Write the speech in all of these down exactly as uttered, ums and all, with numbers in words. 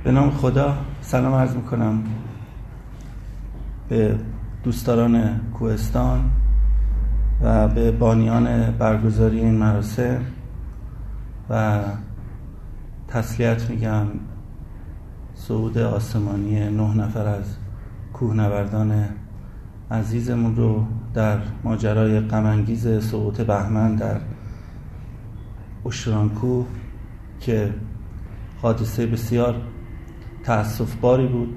به نام خدا سلام عرض میکنم به دوستداران کوهستان و به بانیان برگزاری این مراسم و تسلیت میگم صعود آسمانی نه نفر از کوهنوردان عزیزمون رو در ماجرای غم‌انگیز سقوط بهمن در اشترانکوه که حادثه بسیار تأسف‌باری بود.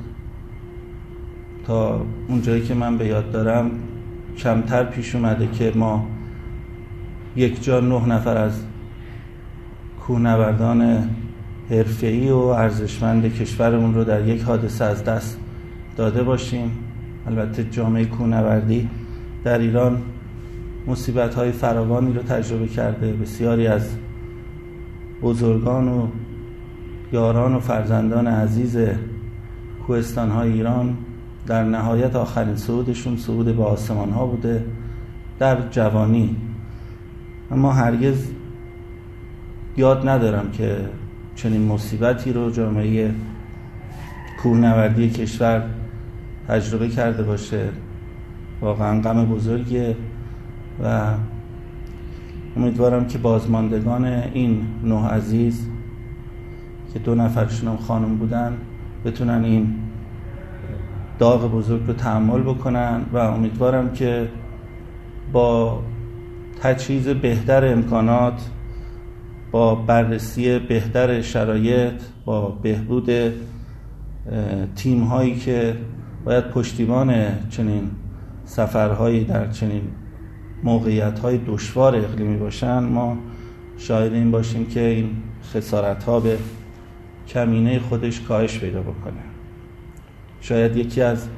تا اون جایی که من به یاد دارم کمتر پیش اومده که ما یک جا نه نفر از کوهنوردان حرفه‌ای و ارزشمند کشورمون رو در یک حادثه از دست داده باشیم. البته جامعه کوهنوردی در ایران مصیبت‌های فراوانی رو تجربه کرده. بسیاری از بزرگان و یاران و فرزندان عزیز کوهستان‌های ایران در نهایت آخرین صعودشون صعود به آسمان‌ها بوده در جوانی. اما هرگز یاد ندارم که چنین مصیبتی رو جامعه کوهنوردی کشور تجربه کرده باشه. واقعا غم بزرگیه و امیدوارم که بازماندگان این نه عزیز که دو نفرشون هم خانم بودن بتونن این داغ بزرگ رو تحمل بکنن و امیدوارم که با تجهیز بهتر امکانات، با بررسی بهتر شرایط، با بهبود تیم هایی که باید پشتیبان چنین سفرهایی در چنین موقعیت های دشوار اقلیمی باشن، ما شاهد این باشیم که این خسارت ها به کمینه خودش کاهش پیدا بکنه. شاید یکی از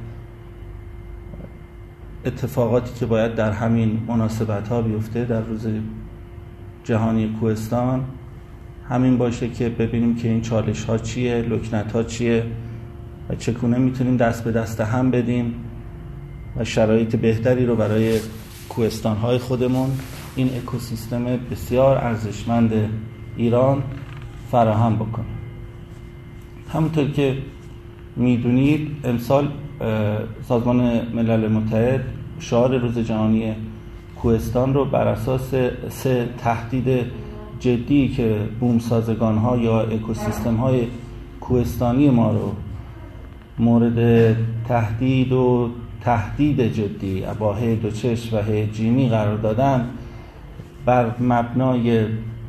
اتفاقاتی که باید در همین مناسبت ها بیفته در روز جهانی کوهستان همین باشه که ببینیم که این چالش ها چیه، لکنت ها چیه و چگونه میتونیم دست به دست هم بدیم و شرایط بهتری رو برای کوهستان های خودمون، این اکوسیستم بسیار ارزشمند ایران فراهم بکنیم. همونطور که میدونید امسال سازمان ملل متحد شعار روز جهانی کوهستان رو بر اساس سه تهدید جدی که بومسازگان ها یا اکوسیستم های کوهستانی ما رو مورد تهدید و تهدید جدی با هی دو چشم و هی جیمی قرار دادن، بر مبنای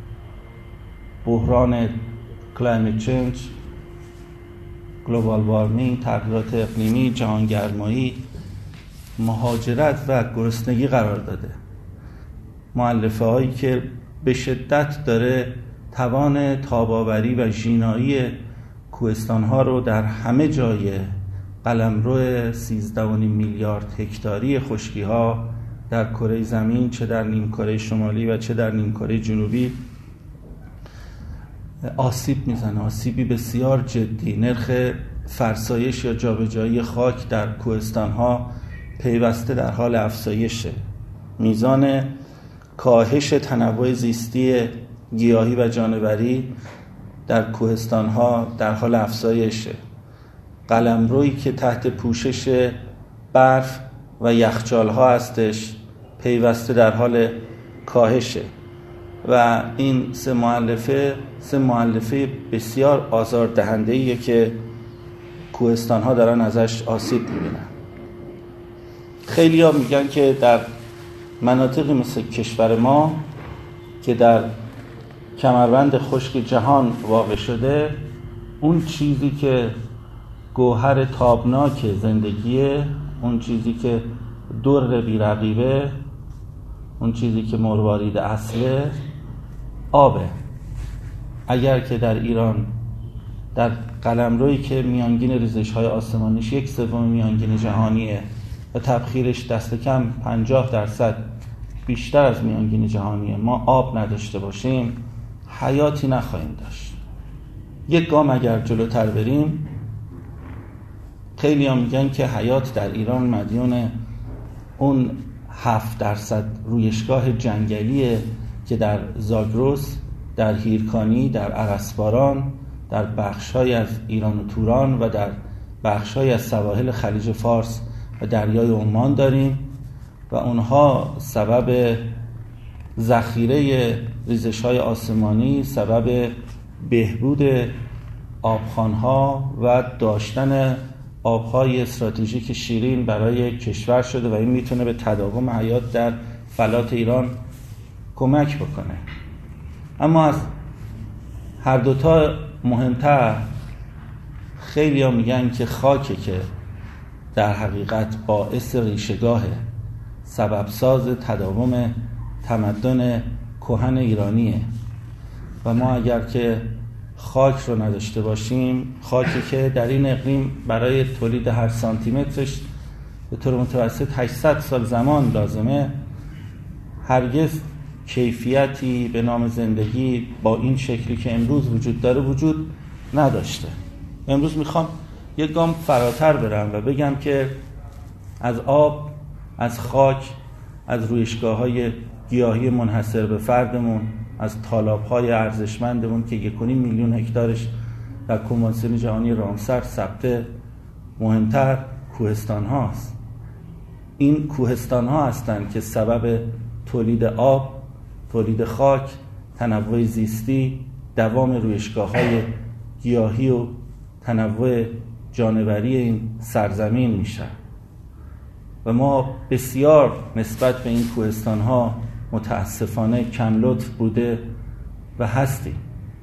بحران کلایمت چنج، گلوبال وارمینگ، تغییرات اقلیمی، جهانگرمایی، مهاجرت و گرسنگی قرار داده. مؤلفه هایی که به شدت داره توان تاب‌آوری و ژینایی کوهستان ها رو در همه جای قلمرو سیزده و نیم میلیارد هکتاری خشکی ها در کره زمین، چه در نیمکره شمالی و چه در نیمکره جنوبی، آسیب میزنه. آسیبی بسیار جدی. نرخ فرسایش یا جابجایی خاک در کوهستان ها پیوسته در حال افزایشه. میزان کاهش تنوع زیستی گیاهی و جانوری در کوهستان ها در حال افزایشه. قلمرویی که تحت پوشش برف و یخچال ها هستش پیوسته در حال کاهشه و این سه مؤلفه سه مؤلفه بسیار آزاردهنده‌ایه که کوهستان ها دارن ازش آسیب میبینن. خیلی ها میگن که در مناطقی مثل کشور ما که در کمربند خشک جهان واقع شده، اون چیزی که گوهر تابناک زندگیه، اون چیزی که در بی‌رقیبه، اون چیزی که مروارید اصله، آبه. اگر که در ایران در قلمرویی که میانگین ریزش‌های آسمانیش یک سوم میانگین جهانیه و تبخیرش دست کم پنجاه درصد بیشتر از میانگین جهانیه، ما آب نداشته باشیم حیاتی نخواهیم داشت. یک گام اگر جلوتر بریم، خیلی ها میگن که حیات در ایران مدیون اون هفت درصد رویشگاه جنگلیه که در زاگرس، در هیرکانی، در ارسباران در بخش‌های از ایران و توران و در بخش‌های از سواحل خلیج فارس و دریای عمان داریم و اونها سبب ذخیره ریزش‌های آسمانی، سبب بهبود آبخوان‌ها و داشتن آب‌های استراتژیک شیرین برای کشور شده و این میتونه به تداوم حیات در فلات ایران کمک بکنه. اما از هر دوتا مهمتر خیلی ها میگن که خاکه که در حقیقت باعث ریشه‌گاه سببساز تداوم تمدن کهن ایرانیه و ما اگر که خاک رو نداشته باشیم، خاکی که در این اقلیم برای تولید هر سانتی مترش به طور متوسط هشتصد سال زمان لازمه، هرگز کیفیتی به نام زندگی با این شکلی که امروز وجود داره وجود نداشته. امروز میخوام یک گام فراتر برم و بگم که از آب، از خاک، از رویشگاه‌های گیاهی منحصر به فردمون، از تالاب‌های ارزشمندمون که یک و نیم میلیون هکتارش در کنوانسیون جهانی رامسر ثبت، مهمتر کوهستان هاست. این کوهستان ها هستند که سبب تولید آب، تولید خاک، تنوع زیستی، دوام رویشگاه‌های گیاهی و تنوع جانوری این سرزمین میشن و ما بسیار نسبت به این کوهستان ها متاسفانه کم لطف بوده و هستیم.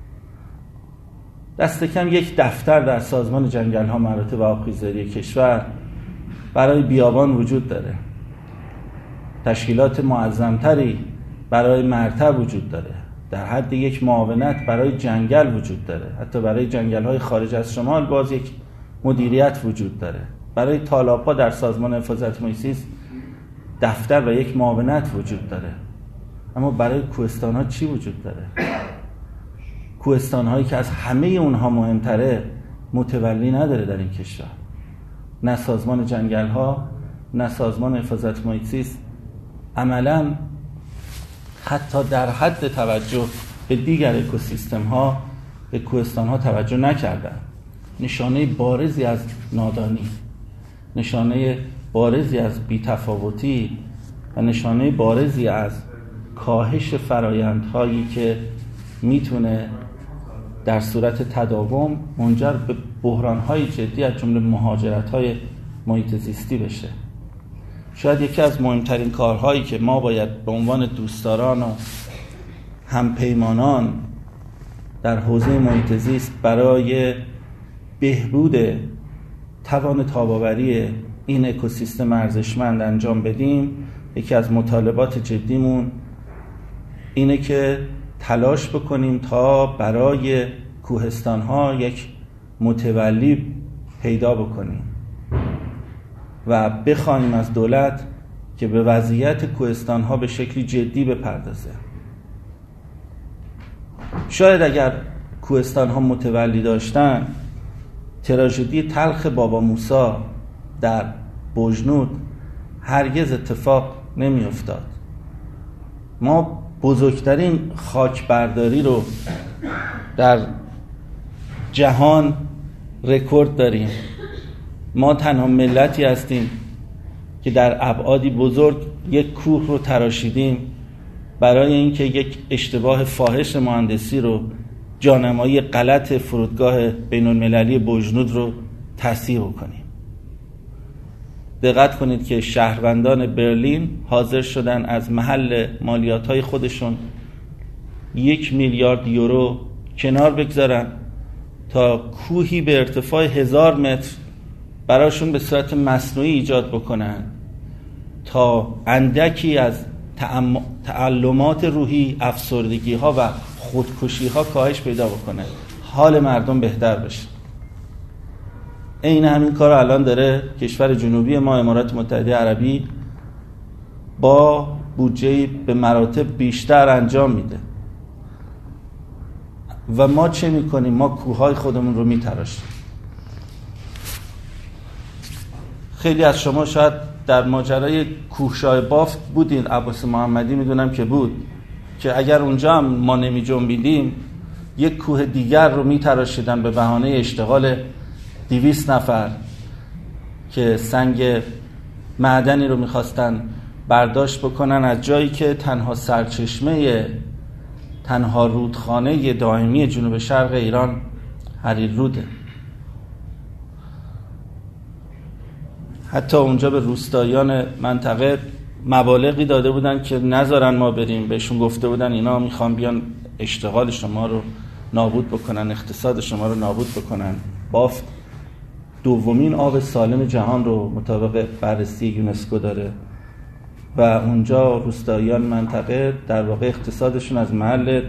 دست کم یک دفتر در سازمان جنگل ها مراتب آبخیزداری کشور برای بیابان وجود داره، تشکیلات معظمتری برای مرتع وجود داره، در حد یک معاونت برای جنگل وجود داره، حتی برای جنگل های خارج از شمال باز یک مدیریت وجود داره، برای تالاب‌ها در سازمان حفاظت محیط زیست دفتر و یک معاونت وجود داره. اما برای کوهستان‌ها چی وجود داره؟ کوهستان‌هایی که از همه اونها مهمتره متولی نداره در این کشور. نه سازمان جنگل‌ها، نه سازمان حفاظت محیط زیست عملاً حتی در حد توجه به دیگر اکوسیستم‌ها به کوهستان‌ها توجه نکردن. نشانه بارزی از نادانی، نشانه بارزی از بی‌تفاوتی و نشانه بارزی از کاهش فرایندهایی که میتونه در صورت تداوم منجر به بحران‌های جدی از جمله مهاجرت‌های محیط زیستی بشه. شاید یکی از مهمترین کارهایی که ما باید به عنوان دوستداران و همپیمانان در حوزه محیط زیست برای بهبود توان تاب‌آوری این اکوسیستم ارزشمند انجام بدیم، یکی از مطالبات جدیمون اینه که تلاش بکنیم تا برای کوهستان‌ها یک متولی پیدا بکنیم و بخوایم از دولت که به وضعیت کوهستان‌ها به شکلی جدی بپردازه. شاید اگر کوهستان‌ها متولی داشتن، تراژدی تلخ بابا موسی در بجنود هرگز اتفاق نمی افتاد. ما بزرگترین خاک برداری رو در جهان رکورد داریم. ما تنها ملتی هستیم که در ابعادی بزرگ یک کوه رو تراشیدیم برای اینکه یک اشتباه فاحش مهندسی رو، جانمایی غلط فرودگاه بین المللی بجنود رو تصحیح کنیم. دقت کنید که شهروندان برلین حاضر شدن از محل مالیات‌های خودشون یک میلیارد یورو کنار بگذارن تا کوهی به ارتفاع هزار متر براشون به صورت مصنوعی ایجاد بکنن تا اندکی از تعلمات روحی، افسردگی ها و خودکشی ها کاهش پیدا بکنه، حال مردم بهتر بشه. این همین کار الان داره کشور جنوبی ما امارات متحده عربی با بودجه به مراتب بیشتر انجام میده. و ما چه میکنیم؟ ما کوههای خودمون رو میتراشیم. خیلی از شما شاید در ماجرای کوهشاه بافت بودین، عباس محمدی میدونم که بود، که اگر اونجا هم ما نمی جنبیدیم یک کوه دیگر رو میتراشیدن به بهانه اشتغال دویست نفر که سنگ معدنی رو میخواستن برداشت بکنن از جایی که تنها سرچشمه، تنها رودخانه دائمی جنوب شرق ایران حریر روده. حتی اونجا به روستاییان منطقه مبالغی داده بودن که نذارن ما بریم، بهشون گفته بودن اینا میخوان بیان اشتغال شما رو نابود بکنن، اقتصاد شما رو نابود بکنن. بافت دومین آب سالم جهان رو مطابق بررسی یونسکو داره و اونجا روستاییان منطقه در واقع اقتصادشون از محل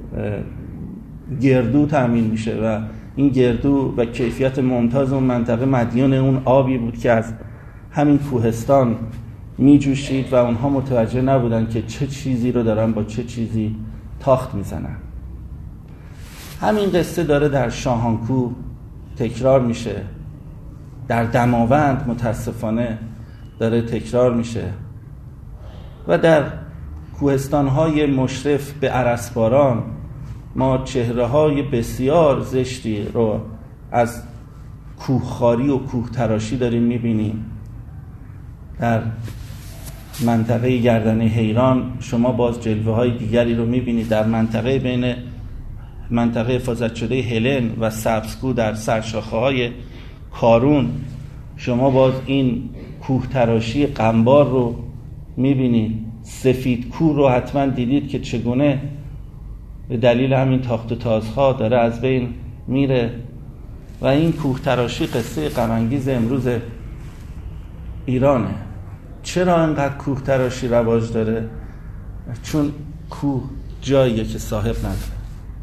گردو تامین میشه و این گردو و کیفیت ممتاز اون منطقه مدیون اون آبی بود که از همین کوهستان می جوشید و اونها متوجه نبودن که چه چیزی رو دارن با چه چیزی تاخت میزنن. همین قصه داره در شاهانکوه تکرار میشه، در دماوند متاسفانه داره تکرار میشه و در کوهستان‌های مشرف به ارسباران ما چهره‌های بسیار زشتی رو از کوهخواری و کوه تراشی داریم میبینیم. در منطقه گردنه حیران شما باز جلوه‌های دیگری رو میبینید. در منطقه بین منطقه حفاظت شده هلن و سبزکو در سرشاخه‌های کارون شما باز این کوه تراشی قنبار رو میبینید. سفید کوه رو حتما دیدید که چگونه به دلیل همین تاخت و تازها داره از بین میره و این کوه تراشی قصه غم انگیز امروز ایرانه. چرا انقدر کوه تراشی رواج داره؟ چون کوه جاییه که صاحب نداره.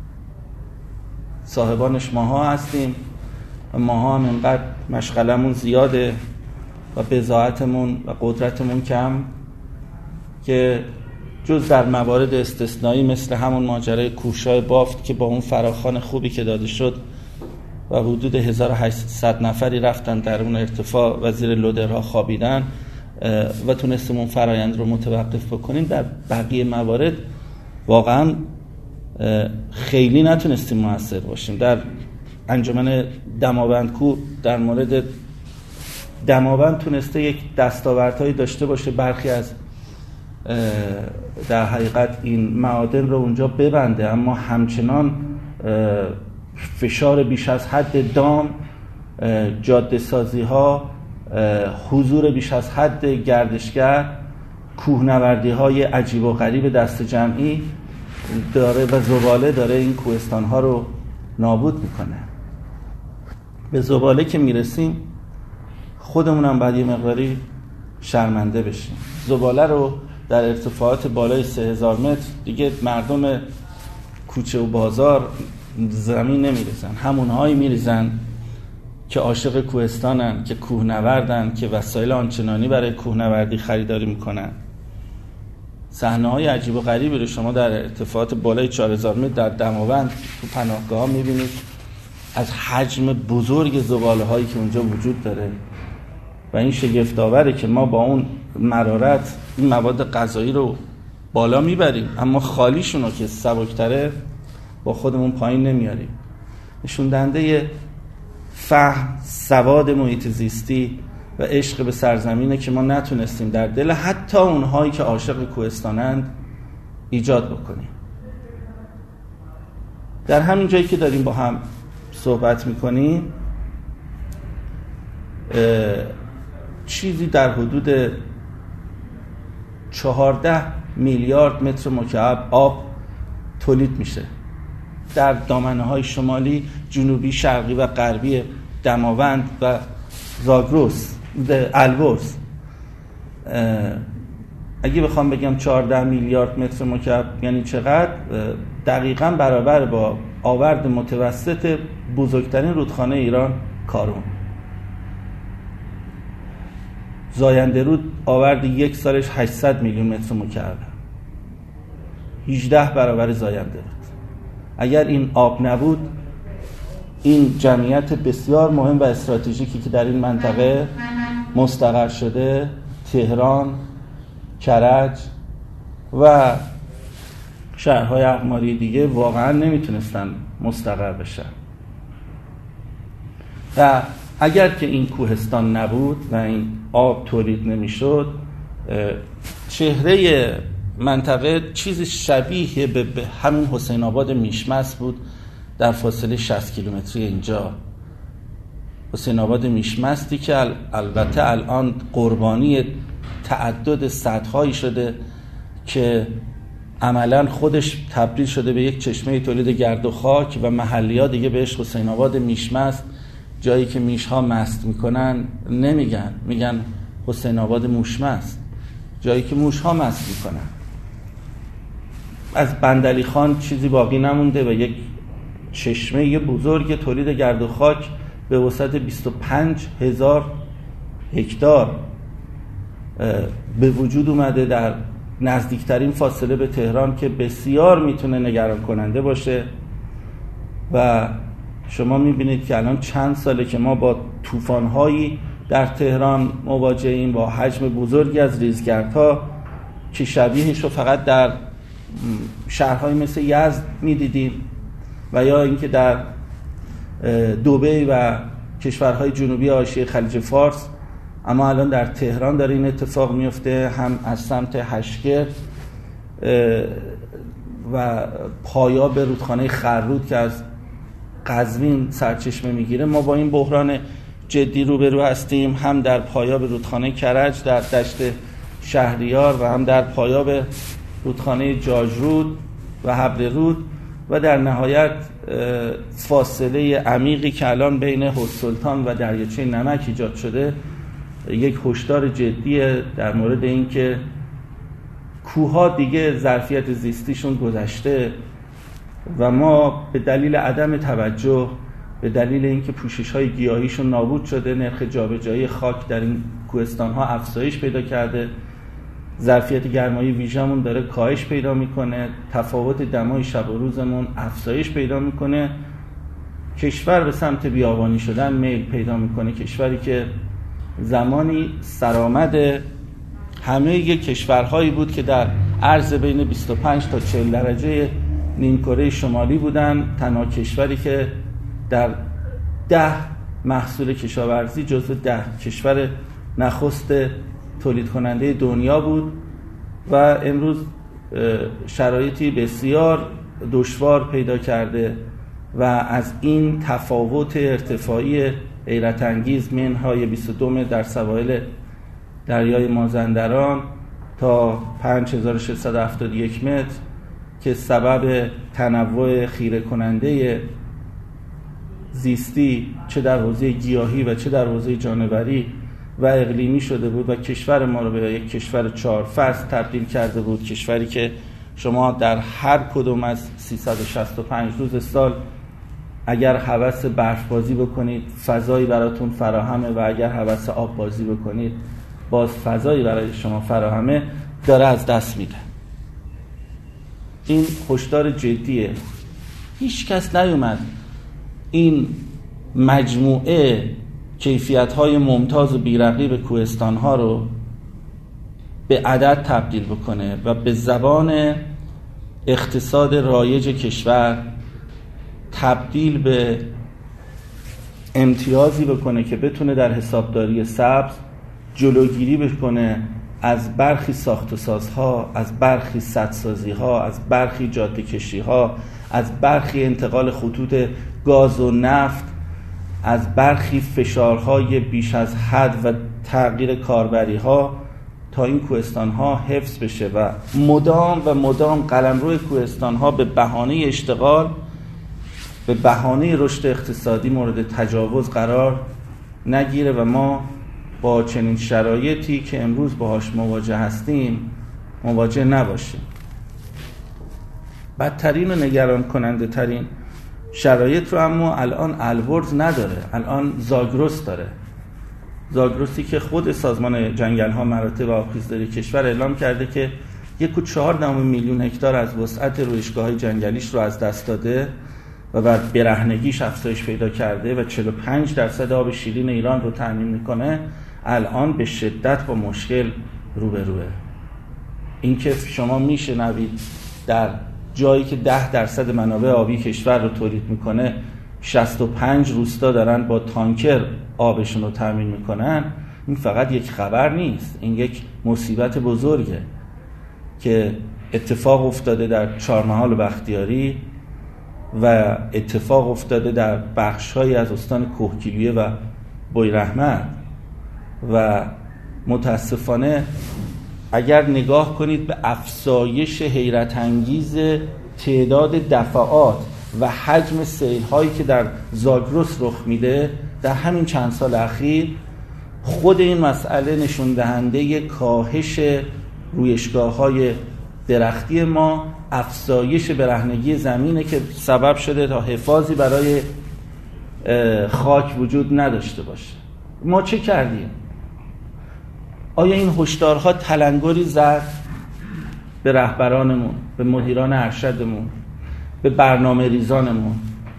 صاحبانش ماها هستیم و ماها هم انقدر مشغلمون زیاده و بضاعتمون و قدرتمون کم که جز در موارد استثنایی مثل همون ماجرای کوهشای بافت که با اون فراخوان خوبی که داده شد و حدود هزار و هشتصد نفری رفتن در اون ارتفاع و زیر لودرها خوابیدن و تونستیم اون فرایند رو متوقف بکنیم، در بقیه موارد واقعا خیلی نتونستیم موثر باشیم. در انجمن دماوندکوه در مورد دماوند تونسته یک دستاوردهایی داشته باشه، برخی از در حقیقت این معادن رو اونجا ببنده، اما همچنان فشار بیش از حد دام، جاده سازی ها، حضور بیش از حد گردشگر، کوهنوردی های عجیب و غریب دست جمعی داره و زباله داره این کوهستان ها رو نابود میکنه. به زباله که میرسیم خودمون هم باید یه مقداری شرمنده بشیم. زباله رو در ارتفاعات بالای سه هزار متر دیگه مردم کوچه و بازار زمین نمیریزن، همونهایی میریزن که عاشق کوهستانن، که کوهنوردن، که وسایل آنچنانی برای کوهنوردی خریداری میکنن. صحنه‌های عجیب و غریبی رو شما در ارتفاعات بالای چهار هزار متر در دماوند تو پناهگاه‌ها میبینید، از حجم بزرگ زباله‌هایی که اونجا وجود داره و این شگفت‌آوره که ما با اون مرارت این مواد غذایی رو بالا میبریم اما خالیشون رو که سبکتره با خودمون پایین نمیاریم. نشون دهنده فهم، سواد محیط زیستی و عشق به سرزمینه که ما نتونستیم در دل حتی اونهایی که عاشق کوهستانند ایجاد بکنیم. در همین جایی که داریم با هم صحبت میکنیم چیزی در حدود چهارده میلیارد متر مکعب آب تولید میشه در دامنه‌های شمالی، جنوبی، شرقی و غربی دماوند و زاگرس، البرز. اگه بخوام بگم چهارده میلیارد متر مکعب یعنی چقدر، دقیقاً برابر با آورد متوسط بزرگترین رودخانه ایران کارون. زاینده رود آورد یک سالش هشتصد میلیون متر مکعب، هجده برابر زاینده رود. اگر این آب نبود، این جمعیت بسیار مهم و استراتژیکی که در این منطقه مستقر شده، تهران، کرج و شهرهای اقماری دیگه، واقعا نمیتونستن مستقر بشن. و اگر که این کوهستان نبود و این آب تولید نمیشد، چهره منطقه چیزی شبیه به همین حسین آباد میشمس بود در فاصله شصت کیلومتری اینجا. حسین آباد میشمستی که البته الان قربانی تعدد سدهایی شده که عملا خودش تبدیل شده به یک چشمه تولید گرد و خاک و محلی‌ها دیگه بهش حسین آباد میشمست، جایی که میشها مست میکنن نمیگن، میگن حسین آباد موشمست، جایی که موشها مست میکنن. از بندلی خان چیزی باقی نمونده و یک چشمه بزرگ تولید گرد و خاک به وسعت بیست و پنج هزار هکتار به وجود اومده در نزدیکترین فاصله به تهران که بسیار میتونه نگران کننده باشه. و شما میبینید که الان چند ساله که ما با طوفان‌هایی در تهران مواجهیم، با حجم بزرگی از ریزگردها که شبیهش رو فقط در شهرهای مثل یزد میدیدیم و یا اینکه در دبی و کشورهای جنوبی حاشیه خلیج فارس، اما الان در تهران داره این اتفاق میفته، هم از سمت هشگر و پایاب رودخانه خررود که از قزوین سرچشمه میگیره. ما با این بحران جدی روبرو هستیم، هم در پایاب رودخانه کرج در دشت شهریار و هم در پایاب رودخانه جاجرود و حبررود و در نهایت فاصله عمیقی که الان بین حوض‌سلطان و دریاچه نمک ایجاد شده یک هشدار جدیه در مورد اینکه کوه‌ها دیگه ظرفیت زیستیشون گذشته و ما به دلیل عدم توجه، به دلیل اینکه پوشش‌های گیاهیشون نابود شده، نرخ جابجایی خاک در این کوهستان‌ها افزایش پیدا کرده، ظرفیت گرمایی ویژه‌مون داره کاهش پیدا میکنه، تفاوت دمای شب و روزمون افزایش پیدا میکنه، کشور به سمت بیابانی شدن میل پیدا میکنه. کشوری که زمانی سرآمد همه یک کشورهایی بود که در عرض بین بیست و پنج تا چهل درجه نیمکره شمالی بودن، تنها کشوری که در ده محصول کشاورزی جزو ده کشور نخست تولید کننده دنیا بود و امروز شرایطی بسیار دشوار پیدا کرده و از این تفاوت ارتفاعی حیرت انگیز منهای بیست و دو متر در سواحل دریای مازندران تا پنج هزار و ششصد و هفتاد و یک متر که سبب تنوع خیره کننده زیستی چه در حوزه گیاهی و چه در حوزه جانوری و اقلیمی شده بود و کشور ما رو به یک کشور چهار فصل تبدیل کرده بود، کشوری که شما در هر کدوم از سیصد و شصت و پنج روز سال اگر هوس برف بازی بکنید فضایی براتون فراهمه و اگر هوس آب بازی بکنید باز فضایی برای شما فراهمه، داره از دست میده. این هشدار جدیه. هیچ کس نیومد این مجموعه کیفیت‌های ممتاز و بی‌رقیب کوهستان‌ها رو به عدد تبدیل بکنه و به زبان اقتصاد رایج کشور تبدیل به امتیازی بکنه که بتونه در حسابداری سبز جلوگیری بکنه از برخی ساخت و سازها، از برخی سدسازی‌ها، از برخی جاده کشی‌ها، از برخی انتقال خطوط گاز و نفت، از برخی فشارهای بیش از حد و تغییر کاربری‌ها تا این کوهستان‌ها حفظ بشه و مدام و مدام قلمرو کوهستان‌ها به بهانه اشتغال، به بهانه رشد اقتصادی مورد تجاوز قرار نگیره و ما با چنین شرایطی که امروز باهاش مواجه هستیم مواجه نباشیم. بدترین و نگران کننده ترین شرایط رو اما الان البرز نداره، الان زاگرس داره. زاگرسی که خود سازمان جنگل‌ها مراتب آبخیزداری کشور اعلام کرده که یک و چهار دهم میلیون هکتار از وسعت رویشگاه‌های جنگلیش رو از دست داده و بر برهنگیش افزایش پیدا کرده و چهل و پنج درصد آب شیرین ایران رو تامین میکنه، الان به شدت با مشکل روبروه. این که شما میشنوید در جایی که ده درصد منابع آبی کشور رو تولید میکنه شصت و پنج روستا دارن با تانکر آبشون رو تامین میکنن، این فقط یک خبر نیست، این یک مصیبت بزرگه که اتفاق افتاده در چهارمحال و بختیاری و اتفاق افتاده در بخش‌هایی از استان کوهگیلویه و بویراحمد. و متاسفانه اگر نگاه کنید به افزایش حیرت انگیز تعداد دفعات و حجم سیل‌هایی که در زاگرس رخ میده در همین چند سال اخیر، خود این مسئله نشون دهنده کاهش رویشگاه‌های درختی ما، افزایش برهنگی زمینه که سبب شده تا حفاظی برای خاک وجود نداشته باشه. ما چه کردیم؟ آیا این هشدارها تلنگری زد به رهبرانمون، به مدیران ارشدمون، به برنامه ریزانمون؟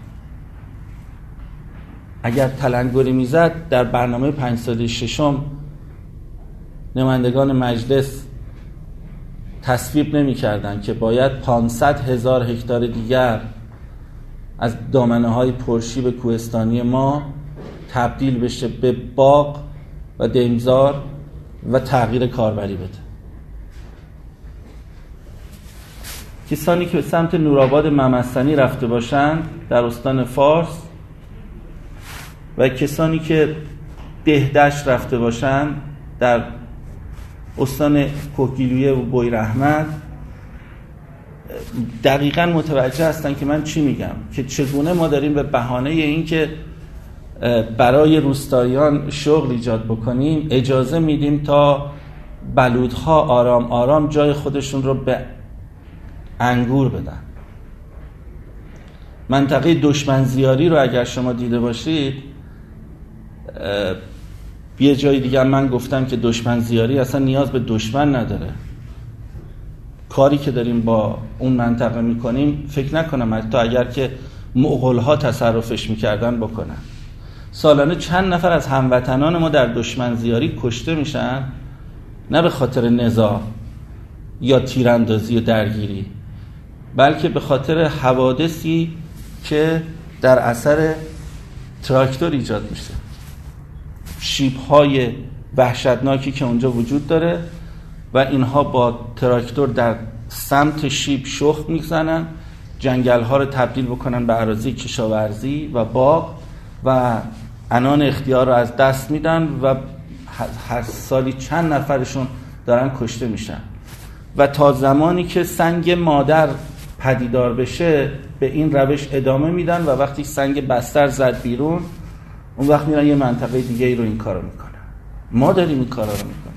اگر تلنگری میزد در برنامه پنج ساله ششم نمایندگان مجلس تصویب نمی کردن که باید پانصد هزار هکتار دیگر از دامنه های پرشیب کوهستانی ما تبدیل بشه به باغ و دمزار و تغییر کاربری بده. کسانی که به سمت نورآباد ممسنی رفته باشند در استان فارس و کسانی که دهدشت رفته باشند در استان کوهگیلویه و بویراحمد دقیقاً متوجه هستن که من چی میگم، که چگونه ما داریم به بهانه این که برای روستاییان شغل ایجاد بکنیم اجازه میدیم تا بلودها آرام آرام جای خودشون رو به انگور بدن. منطقه دشمنزیاری رو اگر شما دیده باشید، یه جای دیگه من گفتم که دشمنزیاری اصلا نیاز به دشمن نداره. کاری که داریم با اون منطقه میکنیم فکر نکنم حتی اگر که مغول‌ها تصرفش میکردن بکنن. سالانه چند نفر از هموطنان ما در دشمنزیاری کشته میشن، نه به خاطر نزاع یا تیراندازی و درگیری، بلکه به خاطر حوادثی که در اثر تراکتور ایجاد میشه. شیب‌های وحشتناکی که اونجا وجود داره و اینها با تراکتور در سمت شیب شخم میزنن، جنگل‌ها رو تبدیل بکنن به اراضی کشاورزی و باغ و عنان اختیار رو از دست میدن و هر سالی چند نفرشون دارن کشته میشن. و تا زمانی که سنگ مادر پدیدار بشه به این روش ادامه میدن و وقتی سنگ بستر زد بیرون اون وقت میرن یه منطقه دیگه ای رو این کارو میکنن. ما داریم این کارا رو میکنیم.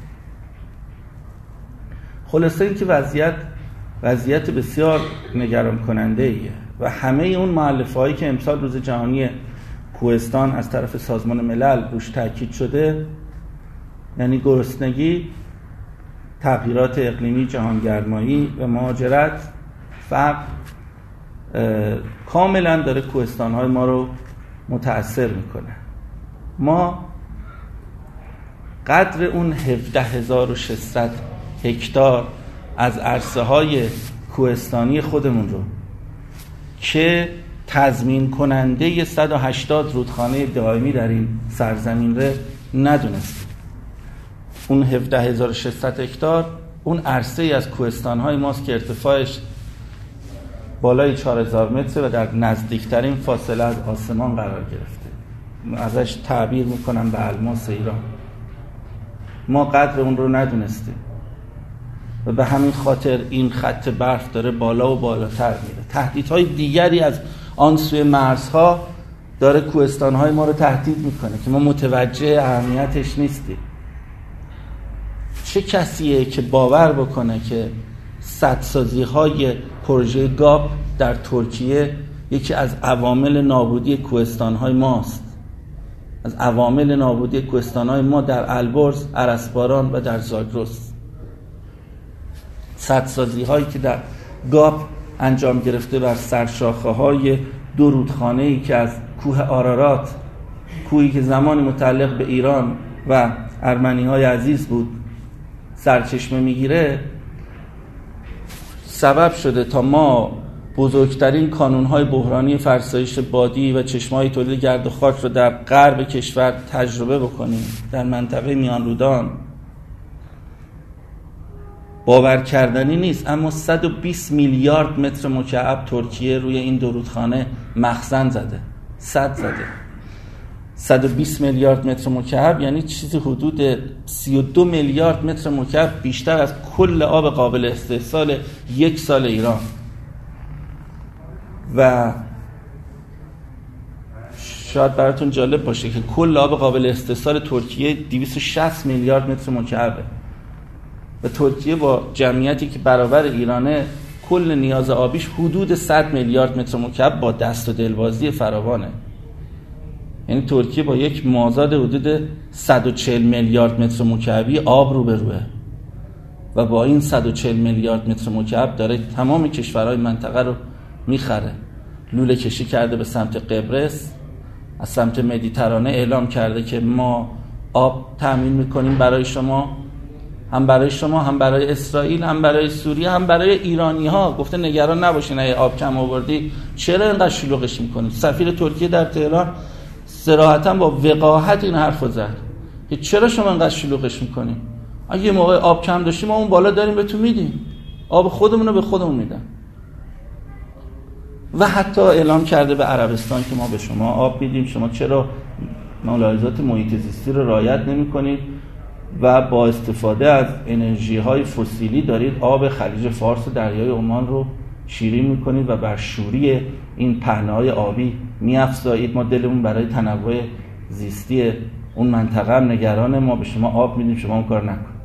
خلاصه این که وضعیت وضعیت بسیار نگران کننده ایه و همه اون مؤلفه هایی که امسال روز جهانی کوهستان از طرف سازمان ملل روش تاکید شده، یعنی گرسنگی، تغییرات اقلیمی، جهانگرمایی و مهاجرت، فقر، کاملا داره کوهستان‌های ما رو متأثر میکنه. ما قدر اون هفده هزار و ششصد هکتار از عرصه‌های کوهستانی خودمون رو که تضمین کننده صد و هشتاد رودخانه دائمی در این سرزمین رو ندونستیم. اون هفده هزار و ششصد هکتار اون عرصه از کوهستان‌های ماست که ارتفاعش بالای چهار هزار متر و در نزدیکترین فاصله از آسمان قرار گرفته. ازش تعبیر میکنم به الماس ایران. ما قدر اون رو ندونستیم و به همین خاطر این خط برف داره بالا و بالاتر میره. تهدیدهای دیگری از آن سوی مرزها داره کوهستان‌های ما رو تهدید میکنه که ما متوجه اهمیتش نیستیم. چه کسیه که باور بکنه که سدسازی‌های پروژه گاب در ترکیه یکی از عوامل نابودی کوهستان‌های ماست؟ از عوامل نابودی کوهستان‌های ما در البرز، ارسباران و در زاگرس. سدسازی‌هایی که در گاب انجام گرفته بر سرشاخه‌های دو رودخانه‌ای که از کوه آرارات، کوهی که زمانی متعلق به ایران و ارمنی‌های عزیز بود، سرچشمه میگیره، سبب شده تا ما بزرگترین کانون‌های بحرانی فرسایش بادی و چشمه‌های تولید گرد و خاک رو در غرب کشور تجربه بکنیم، در منطقه میان رودان. باور کردنی نیست، اما صد و بیست میلیارد متر مکعب ترکیه روی این دو رودخانه مخزن زده، صد زده. صد و بیست میلیارد متر مکعب یعنی چیزی حدود سی و دو میلیارد متر مکعب بیشتر از کل آب قابل استحصال یک سال ایران. و شاید براتون جالب باشه که کل آب قابل استحصال ترکیه دویست و شصت میلیارد متر مکعبه و ترکیه با جمعیتی که برابر ایرانه کل نیاز آبیش حدود صد میلیارد متر مکعب با دست و دلبازی فراوانه. یعنی ترکیه با یک مازاد حدود صد و چهل میلیارد متر مکعبی آب روبروه و با این صد و چهل میلیارد متر مکعب داره تمام کشورهای منطقه رو میخره. لوله کشی کرده به سمت قبرس، از سمت مدیترانه اعلام کرده که ما آب تامین میکنیم برای شما، هم برای شما، هم برای اسرائیل، هم برای سوریه، هم برای ایرانی ها. گفته نگران نباشین اگه آب کم آوردی چرا اینقدر شلوغش میکنید. سفیر ترکیه در تهران صراحتاً با وقاحت این حرفو زد که چرا شما اینقدر شلوغش میکنید، اگه یه موقع آب کم داشتیم ما اون بالا داریم بهتون میدیم، آب خودمون رو به خودمون میدن. و حتی اعلام کرده به عربستان که ما به شما آب میدیم، شما چرا ملاحظات محیط زیستی رو رعایت نمی‌کنید و با استفاده از انرژی های فسیلی دارید آب خلیج فارس و دریای عمان رو شیرین میکنید و بر شوری این پهنه‌های آبی می‌افزایید. ما دلمون برای تنوع زیستی اون منطقه هم نگرانه، ما به شما آب میدیم، شما اون کار نکنید.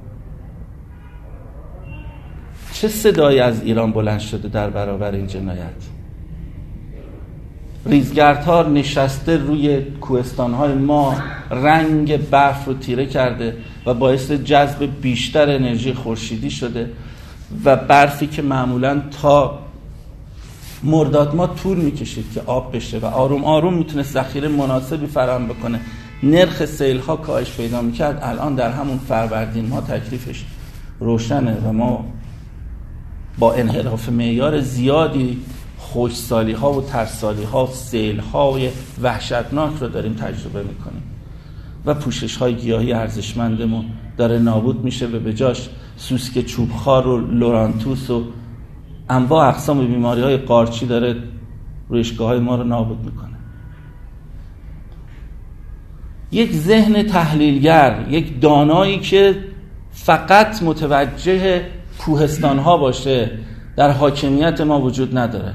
چه صدایی از ایران بلند شده در برابر این جنایت؟ ریزگردها نشسته روی کوهستان‌های ما، رنگ برف رو تیره کرده و باعث جذب بیشتر انرژی خورشیدی شده و برفی که معمولاً تا مرداد ما طول می‌کشید که آب بشه و آروم آروم میتونه ذخیره مناسبی فراهم بکنه، نرخ سیل‌ها کاهش پیدا می‌کرد، الان در همون فروردین ما تکلیفش روشنه و ما با انحراف معیار زیادی خشکسالی ها و ترسالی ها، سیل های وحشتناک رو داریم تجربه میکنیم و پوشش های گیاهی ارزشمندمون داره نابود میشه و به جاش سوسک چوبخوار و لورانتوس و انواع اقسام بیماری های قارچی داره رویشگاه های ما رو نابود میکنه. یک ذهن تحلیلگر، یک دانایی که فقط متوجه کوهستان ها باشه در حاکمیت ما وجود نداره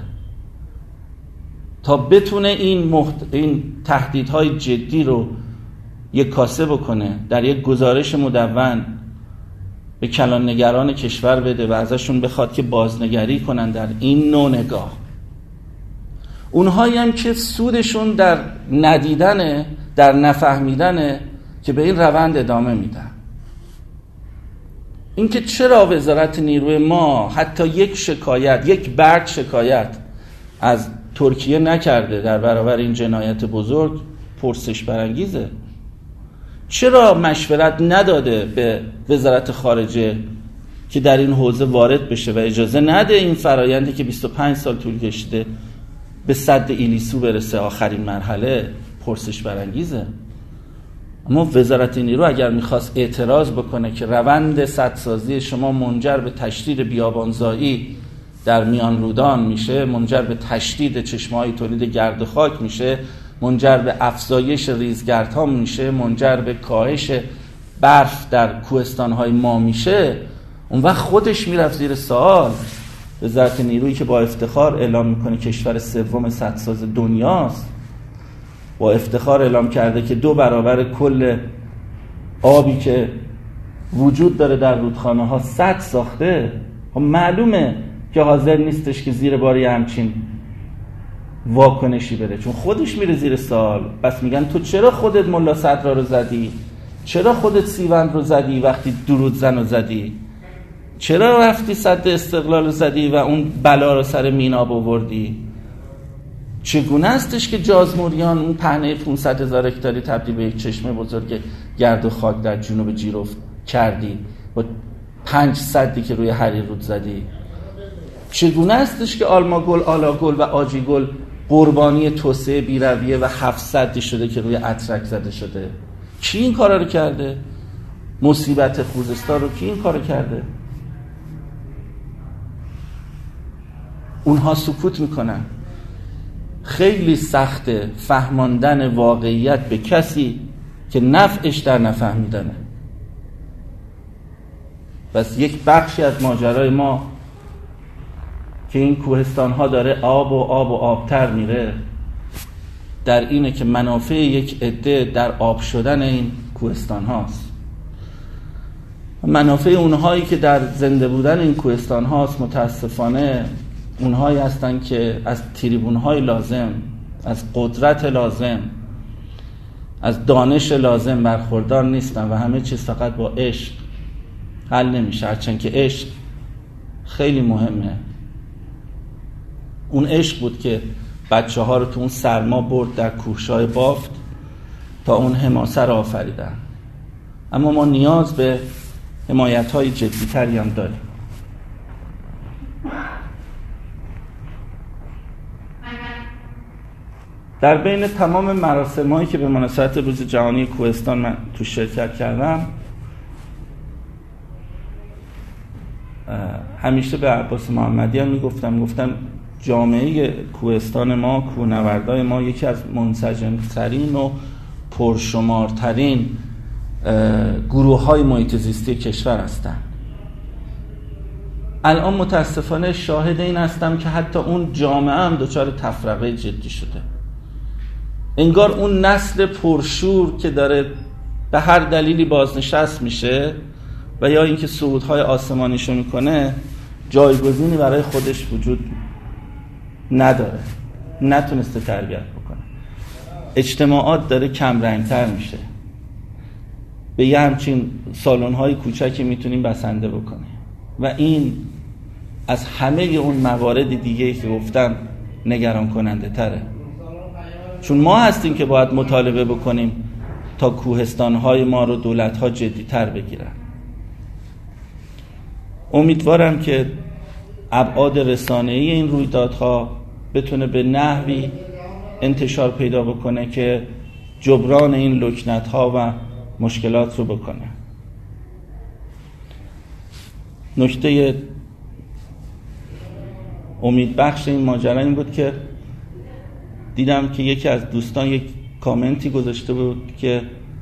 تا بتونه این محت... این تهدیدهای جدی رو یک کاسه بکنه، در یک گزارش مدون به کلاننگران کشور بده و ازشون بخواد که بازنگری کنن در این نوع نگاه. اونهایی هم که سودشون در ندیدنه، در نفهمیدنه، که به این روند ادامه میدن. اینکه چرا وزارت نیروی ما حتی یک شکایت، یک برگ شکایت از ترکیه نکرده در برابر این جنایت بزرگ پرسش برانگیزه. چرا مشورت نداده به وزارت خارجه که در این حوزه وارد بشه و اجازه نده این فرایندی که بیست و پنج سال طول کشیده به سد ایلیسو برسه، آخرین مرحله؟ پرسش برانگیزه. اما وزارت نیرو اگر میخواست اعتراض بکنه که روند سدسازی شما منجر به تشدید بیابانزایی در میان رودان میشه، منجر به تشدید چشمه‌های تولید گرد و خاک میشه، منجر به افزایش ریزگردها میشه، منجر به کاهش برف در کوهستان‌های ما میشه، اون وقت خودش میرفت زیر سوال. وزارت نیرویی که با افتخار اعلام میکنه کشور سوم سدساز دنیاست، با افتخار اعلام کرده که دو برابر کل آبی که وجود داره در رودخانه ها سد ساخته، خب معلومه که حاضر نیستش که زیر بار همچین واکنشی بره، چون خودش میره زیر سوال. پس میگن تو چرا خودت ملا صدرا رو زدی؟ چرا خودت سیوند رو زدی وقتی درود زن رو زدی؟ چرا رفتی سد استقلال رو زدی و اون بلا رو سر میناب آوردی؟ چگونه استش که جازموریان اون پهنه پانصد هزار هکتاری تبدیل به یک چشمه بزرگ گرد و خاک در جنوب جیروف کردی با پنج سدی که روی حریر رود زدی؟ چگونه استش که آلماگل، آلاگل و آجیگل قربانی توسعه بی‌رویه و هفت سدی شده که روی اترک زده شده؟ کی این کارا رو کرده؟ مصیبت خوزستان رو کی این کارو کرده؟ اونها سکوت میکنن. خیلی سخته فهماندن واقعیت به کسی که نفعش در نفهمیدنه. بس یک بخشی از ماجرای ما که این کوهستان ها داره آب و آب و آبتر میره در اینه که منافع یک عده در آب شدن این کوهستان هاست. منافع اونهایی که در زنده بودن این کوهستان هاست متاسفانه اونهایی هستن که از تریبون های لازم، از قدرت لازم، از دانش لازم برخوردار نیستن و همه چیز فقط با عشق حل نمیشه. هرچند که عشق خیلی مهمه. اون عشق بود که بچه ها رو تو اون سرما برد در کوهشای بافت تا اون حماسه رو آفریدن. اما ما نیاز به حمایت های جدی تری هم داریم. در بین تمام مراسم هایی که به مناسبت روز جهانی کوهستان من تو شرکت کردم، همیشه به عباس محمدی هم میگفتم گفتم جامعه کوهستان ما، کوهنوردای ما یکی از منسجم‌ترین و پرشمارترین گروه‌های محیط زیستی کشور هستند. الان متاسفانه شاهد این هستم که حتی اون جامعه هم دچار تفرقه جدی شده. انگار اون نسل پرشور که داره به هر دلیلی بازنشست میشه و یا اینکه صعودهای آسمانیشو میکنه جایگزینی برای خودش وجود نداره، نتونسته تربیت بکنه. اجتماعات داره کم رنگتر میشه، به یه همچین سالن‌های کوچکی میتونیم بسنده بکنیم و این از همه اون موارد دیگه‌ای که گفتم نگران کننده تره. چون ما هستیم که باید مطالبه بکنیم تا کوهستان‌های ما رو دولت‌ها جدی‌تر بگیرن. امیدوارم که ابعاد رسانه‌ای این رویدادها بتونه به نحوی انتشار پیدا بکنه که جبران این لکنت‌ها و مشکلات رو بکنه. نکته امیدبخش این ماجرا این بود که دیدم که یکی از دوستان یک کامنتی گذاشته بود که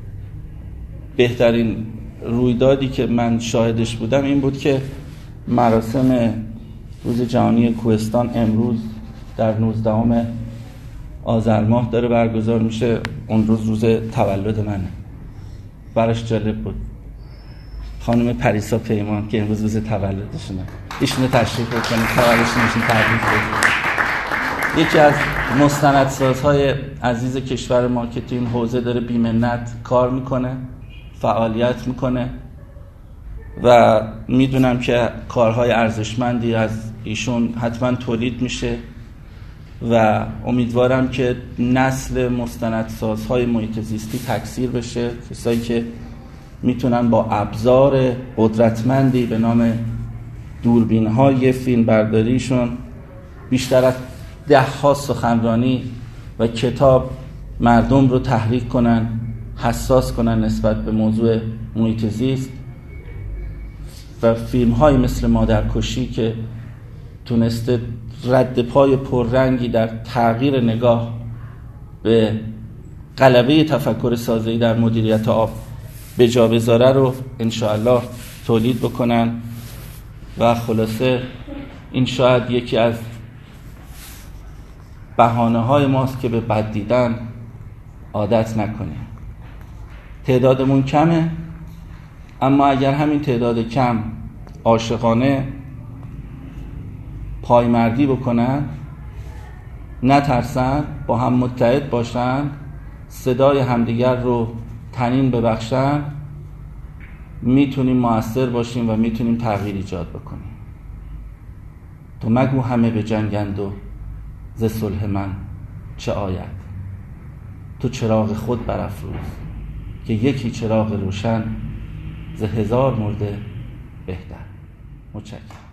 بهترین رویدادی که من شاهدش بودم این بود که مراسم روز جهانی کوهستان امروز در نوزدهم آذر ماه داره برگزار میشه. اون روز روز تولد منه. براش جالب بود. خانم پریسا پیمان که امروز روز تولدشونه، ایشونو تشریف بکنید، تولدشون ایشون تبریک بگید. یکی از مستندسازهای عزیز کشور ما که تو این حوزه داره بی‌منت کار میکنه، فعالیت میکنه و میدونم که کارهای ارزشمندی از ایشون حتما تولید میشه و امیدوارم که نسل مستندسازهای محیط زیستی تکثیر بشه، کسایی که میتونن با ابزار قدرتمندی به نام دوربین‌های فیلم برداریشون بیشتر از ده ها سخنرانی و کتاب مردم رو تحریک کنن، حساس کنن نسبت به موضوع محیط زیست و فیلم های مثل مادرکشی که تونسته رد پای پررنگی در تغییر نگاه به غلبه تفکر سازه‌ای در مدیریت آب به جا بذاره رو انشاءالله تولید بکنن و خلاصه این شاید یکی از بهانه های ماست که به بد دیدن عادت نکنیم. تعدادمون کمه، اما اگر همین تعداد کم عاشقانه پایمردی بکنن، نترسن، با هم متحد باشن، صدای همدیگر رو تنین ببخشن، میتونیم مؤثر باشیم و میتونیم تغییر ایجاد بکنیم. تو مگو همه به جنگند و ز صلح من چه آید، تو چراغ خود برافروز که یکی چراغ روشن ز هزار مرده بهتر. متشکرم.